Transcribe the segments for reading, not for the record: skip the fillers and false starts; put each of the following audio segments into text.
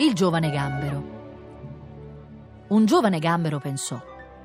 Il giovane gambero. Un giovane gambero pensò: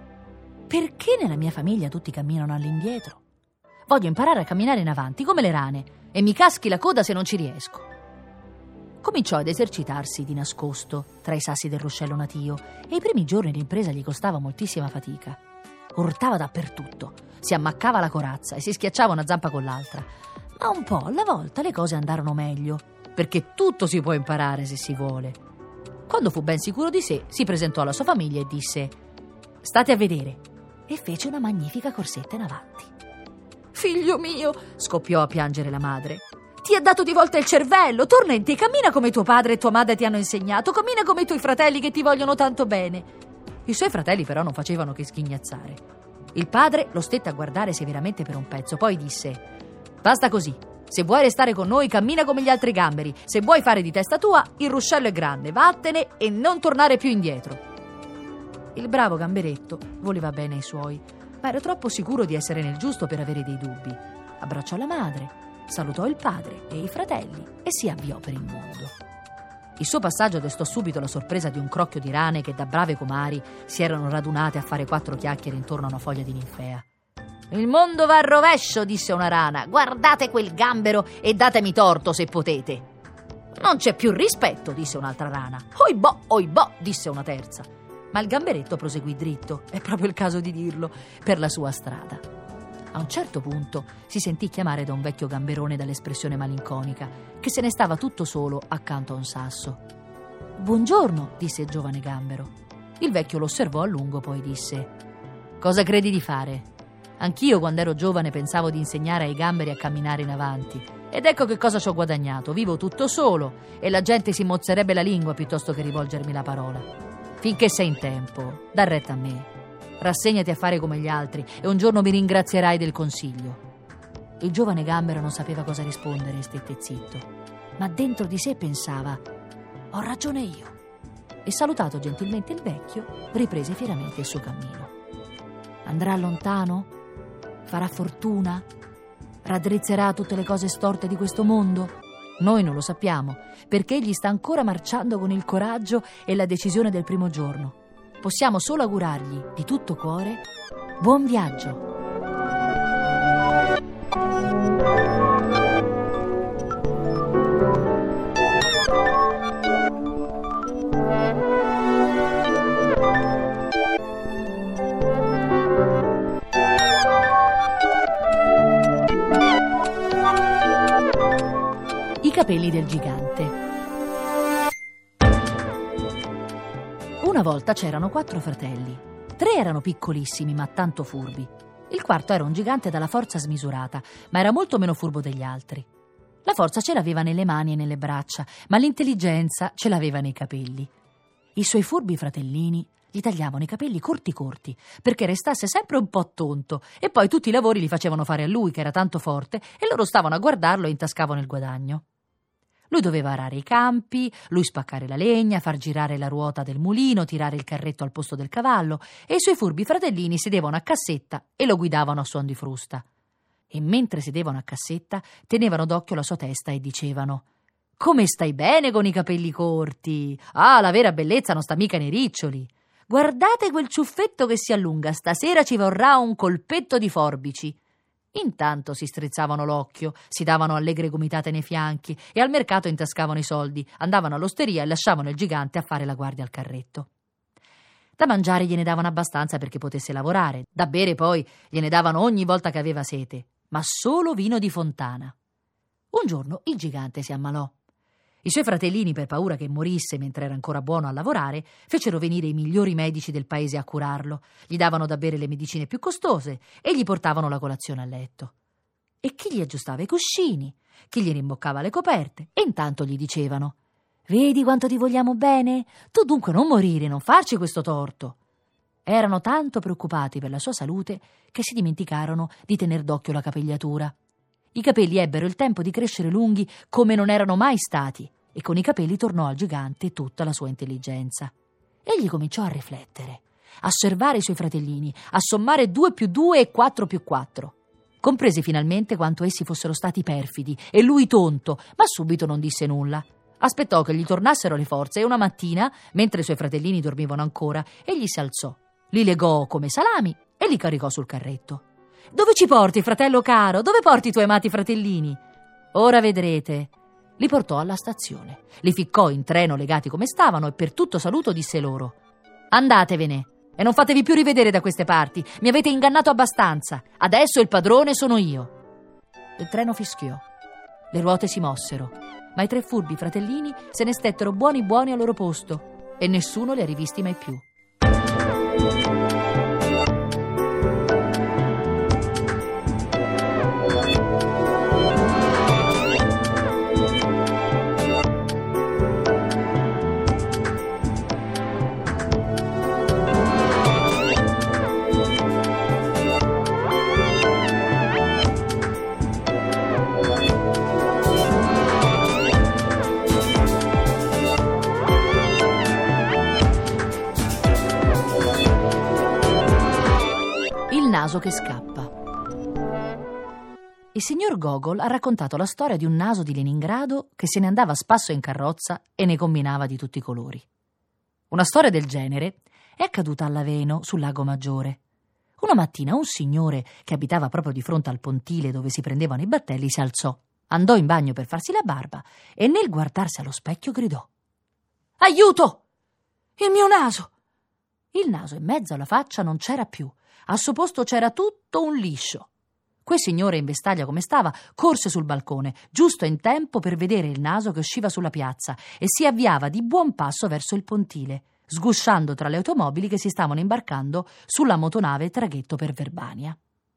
perché nella mia famiglia tutti camminano all'indietro? Voglio imparare a camminare in avanti come le rane e mi caschi la coda se non ci riesco. Cominciò ad esercitarsi di nascosto tra i sassi del ruscello natio e i primi giorni l'impresa gli costava moltissima fatica. Urtava dappertutto, si ammaccava la corazza e si schiacciava una zampa con l'altra. Ma un po' alla volta le cose andarono meglio, perché tutto si può imparare se si vuole. Quando fu ben sicuro di sé, si presentò alla sua famiglia e disse: «State a vedere», e fece una magnifica corsetta in avanti. «Figlio mio», scoppiò a piangere la madre, «ti ha dato di volta il cervello, torna in te, cammina come tuo padre e tua madre ti hanno insegnato, cammina come i tuoi fratelli che ti vogliono tanto bene». I suoi fratelli però non facevano che sghignazzare. Il padre lo stette a guardare severamente per un pezzo, poi disse: «Basta così. Se vuoi restare con noi, cammina come gli altri gamberi. Se vuoi fare di testa tua, il ruscello è grande, vattene e non tornare più indietro». Il bravo gamberetto voleva bene ai suoi, ma era troppo sicuro di essere nel giusto per avere dei dubbi. Abbracciò la madre, salutò il padre e i fratelli e si avviò per il mondo. Il suo passaggio destò subito la sorpresa di un crocchio di rane che da brave comari si erano radunate a fare 4 chiacchiere intorno a una foglia di ninfea. «Il mondo va al rovescio», disse una rana. «Guardate quel gambero e datemi torto se potete». «Non c'è più rispetto», disse un'altra rana. Oibò», disse una terza. Ma il gamberetto proseguì dritto, è proprio il caso di dirlo, per la sua strada. A un certo punto si sentì chiamare da un vecchio gamberone dall'espressione malinconica, che se ne stava tutto solo accanto a un sasso. «Buongiorno», disse il giovane gambero. Il vecchio lo osservò a lungo, poi disse: «Cosa credi di fare? Anch'io quando ero giovane pensavo di insegnare ai gamberi a camminare in avanti. Ed ecco che cosa ci ho guadagnato. Vivo tutto solo e la gente si mozzerebbe la lingua piuttosto che rivolgermi la parola. Finché sei in tempo, dà retta a me. Rassegnati a fare come gli altri e un giorno mi ringrazierai del consiglio». Il giovane gambero non sapeva cosa rispondere e stette zitto. Ma dentro di sé pensava: «Ho ragione io». E salutato gentilmente il vecchio, riprese fieramente il suo cammino. Andrà lontano? Farà fortuna? Raddrizzerà tutte le cose storte di questo mondo? Noi non lo sappiamo, perché egli sta ancora marciando con il coraggio e la decisione del primo giorno. Possiamo solo augurargli di tutto cuore buon viaggio. I capelli del gigante. Una volta c'erano 4 fratelli. 3 erano piccolissimi ma tanto furbi. Il quarto era un gigante dalla forza smisurata, ma era molto meno furbo degli altri. La forza ce l'aveva nelle mani e nelle braccia, ma l'intelligenza ce l'aveva nei capelli. I suoi furbi fratellini gli tagliavano i capelli corti corti, perché restasse sempre un po' tonto, e poi tutti i lavori li facevano fare a lui, che era tanto forte, e loro stavano a guardarlo e intascavano il guadagno. Lui doveva arare i campi, lui spaccare la legna, far girare la ruota del mulino, tirare il carretto al posto del cavallo, e i suoi furbi fratellini sedevano a cassetta e lo guidavano a suon di frusta. E mentre sedevano a cassetta, tenevano d'occhio la sua testa e dicevano: «Come stai bene con i capelli corti? Ah, la vera bellezza non sta mica nei riccioli. Guardate quel ciuffetto che si allunga, stasera ci vorrà un colpetto di forbici». Intanto si strizzavano l'occhio, si davano allegre gomitate nei fianchi e al mercato intascavano i soldi, andavano all'osteria e lasciavano il gigante a fare la guardia al carretto. Da mangiare gliene davano abbastanza perché potesse lavorare, da bere poi gliene davano ogni volta che aveva sete, ma solo vino di fontana. Un giorno il gigante si ammalò. I suoi fratellini, per paura che morisse mentre era ancora buono a lavorare, fecero venire i migliori medici del paese a curarlo, gli davano da bere le medicine più costose e gli portavano la colazione a letto. E chi gli aggiustava i cuscini, chi gli rimboccava le coperte, e intanto gli dicevano: «Vedi quanto ti vogliamo bene? Tu dunque non morire, non farci questo torto». Erano tanto preoccupati per la sua salute che si dimenticarono di tener d'occhio la capigliatura. I capelli ebbero il tempo di crescere lunghi come non erano mai stati, e con i capelli tornò al gigante tutta la sua intelligenza. Egli cominciò a riflettere, a osservare i suoi fratellini, a sommare 2 più 2 e 4 più 4. Comprese finalmente quanto essi fossero stati perfidi e lui tonto, ma subito non disse nulla. Aspettò che gli tornassero le forze e una mattina, mentre i suoi fratellini dormivano ancora, egli si alzò, li legò come salami e li caricò sul carretto. «Dove ci porti, fratello caro? Dove porti i tuoi amati fratellini?» «Ora vedrete». Li portò alla stazione, li ficcò in treno legati come stavano e per tutto saluto disse loro: «Andatevene e non fatevi più rivedere da queste parti, mi avete ingannato abbastanza, adesso il padrone sono io». Il treno fischiò, le ruote si mossero, ma i 3 furbi fratellini se ne stettero buoni al loro posto e nessuno li ha rivisti mai più. Naso che scappa. Il signor Gogol ha raccontato la storia di un naso di Leningrado che se ne andava a spasso in carrozza e ne combinava di tutti i colori. Una storia del genere è accaduta a Laveno, sul Lago Maggiore. Una mattina un signore che abitava proprio di fronte al pontile dove si prendevano i battelli si alzò, andò in bagno per farsi la barba e nel guardarsi allo specchio gridò: «Aiuto! Il mio naso!» Il naso in mezzo alla faccia non c'era più. Al suo posto c'era tutto un liscio. Quel signore, in vestaglia come stava, corse sul balcone, giusto in tempo per vedere il naso che usciva sulla piazza e si avviava di buon passo verso il pontile, sgusciando tra le automobili che si stavano imbarcando sulla motonave traghetto per Verbania.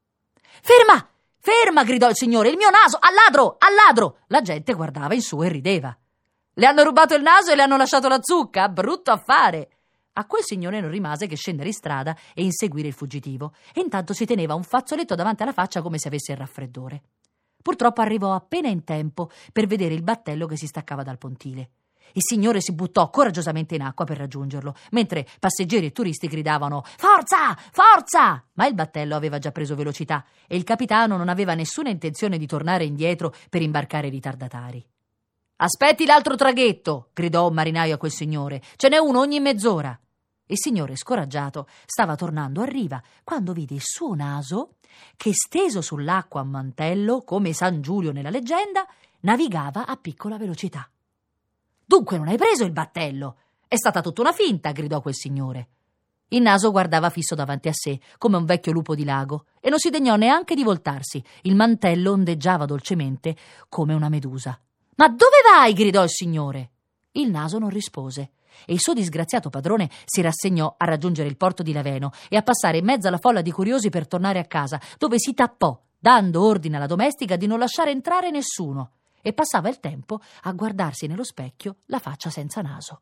«Ferma! Ferma!» gridò il signore. «Il mio naso! Al ladro! Al ladro!» La gente guardava in su e rideva. «Le hanno rubato il naso e le hanno lasciato la zucca? Brutto affare!» A quel signore non rimase che scendere in strada e inseguire il fuggitivo, e intanto si teneva un fazzoletto davanti alla faccia come se avesse il raffreddore. Purtroppo arrivò appena in tempo per vedere il battello che si staccava dal pontile. Il signore si buttò coraggiosamente in acqua per raggiungerlo, mentre passeggeri e turisti gridavano «Forza! Forza!». Ma il battello aveva già preso velocità e il capitano non aveva nessuna intenzione di tornare indietro per imbarcare i ritardatari. «Aspetti l'altro traghetto!» gridò un marinaio a quel signore. «Ce n'è uno ogni mezz'ora!». Il signore, scoraggiato, stava tornando a riva quando vide il suo naso che, steso sull'acqua a mantello, come San Giulio nella leggenda, navigava a piccola velocità. «Dunque non hai preso il battello? È stata tutta una finta!» gridò quel signore. Il naso guardava fisso davanti a sé, come un vecchio lupo di lago, e non si degnò neanche di voltarsi. Il mantello ondeggiava dolcemente come una medusa. «Ma dove vai?» gridò il signore. Il naso non rispose e il suo disgraziato padrone si rassegnò a raggiungere il porto di Laveno e a passare in mezzo alla folla di curiosi per tornare a casa, dove si tappò, dando ordine alla domestica di non lasciare entrare nessuno, e passava il tempo a guardarsi nello specchio la faccia senza naso.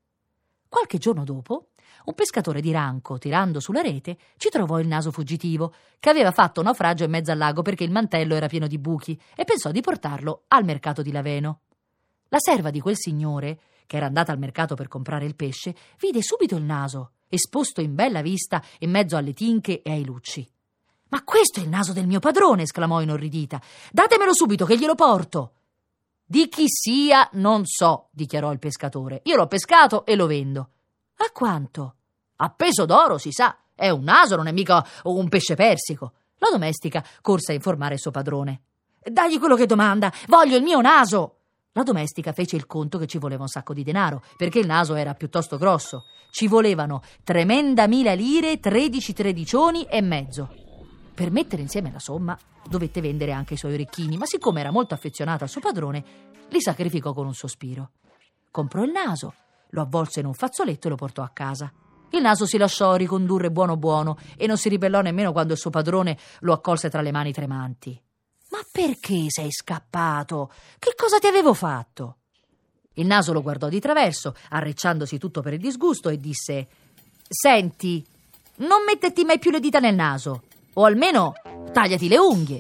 Qualche giorno dopo, un pescatore di Ranco, tirando sulla rete, ci trovò il naso fuggitivo, che aveva fatto naufragio in mezzo al lago perché il mantello era pieno di buchi, e pensò di portarlo al mercato di Laveno. La serva di quel signore, che era andata al mercato per comprare il pesce, vide subito il naso, esposto in bella vista in mezzo alle tinche e ai lucci. «Ma questo è il naso del mio padrone!» esclamò inorridita. «Datemelo subito che glielo porto!» «Di chi sia non so», dichiarò il pescatore. «Io l'ho pescato e lo vendo». «A quanto?» «A peso d'oro, si sa. È un naso, non è mica un pesce persico». La domestica corse a informare il suo padrone. «Dagli quello che domanda! Voglio il mio naso!» La domestica fece il conto che ci voleva un sacco di denaro, perché il naso era piuttosto grosso. Ci volevano 3.000 lire, 13 tredicioni e mezzo. Per mettere insieme la somma dovette vendere anche i suoi orecchini, ma siccome era molto affezionata al suo padrone, li sacrificò con un sospiro. Comprò il naso, lo avvolse in un fazzoletto e lo portò a casa. Il naso si lasciò ricondurre buono e non si ribellò nemmeno quando il suo padrone lo accolse tra le mani tremanti. «Ma perché sei scappato? Che cosa ti avevo fatto?» Il naso lo guardò di traverso, arrecciandosi tutto per il disgusto, e disse: «Senti, non metterti mai più le dita nel naso, o almeno tagliati le unghie».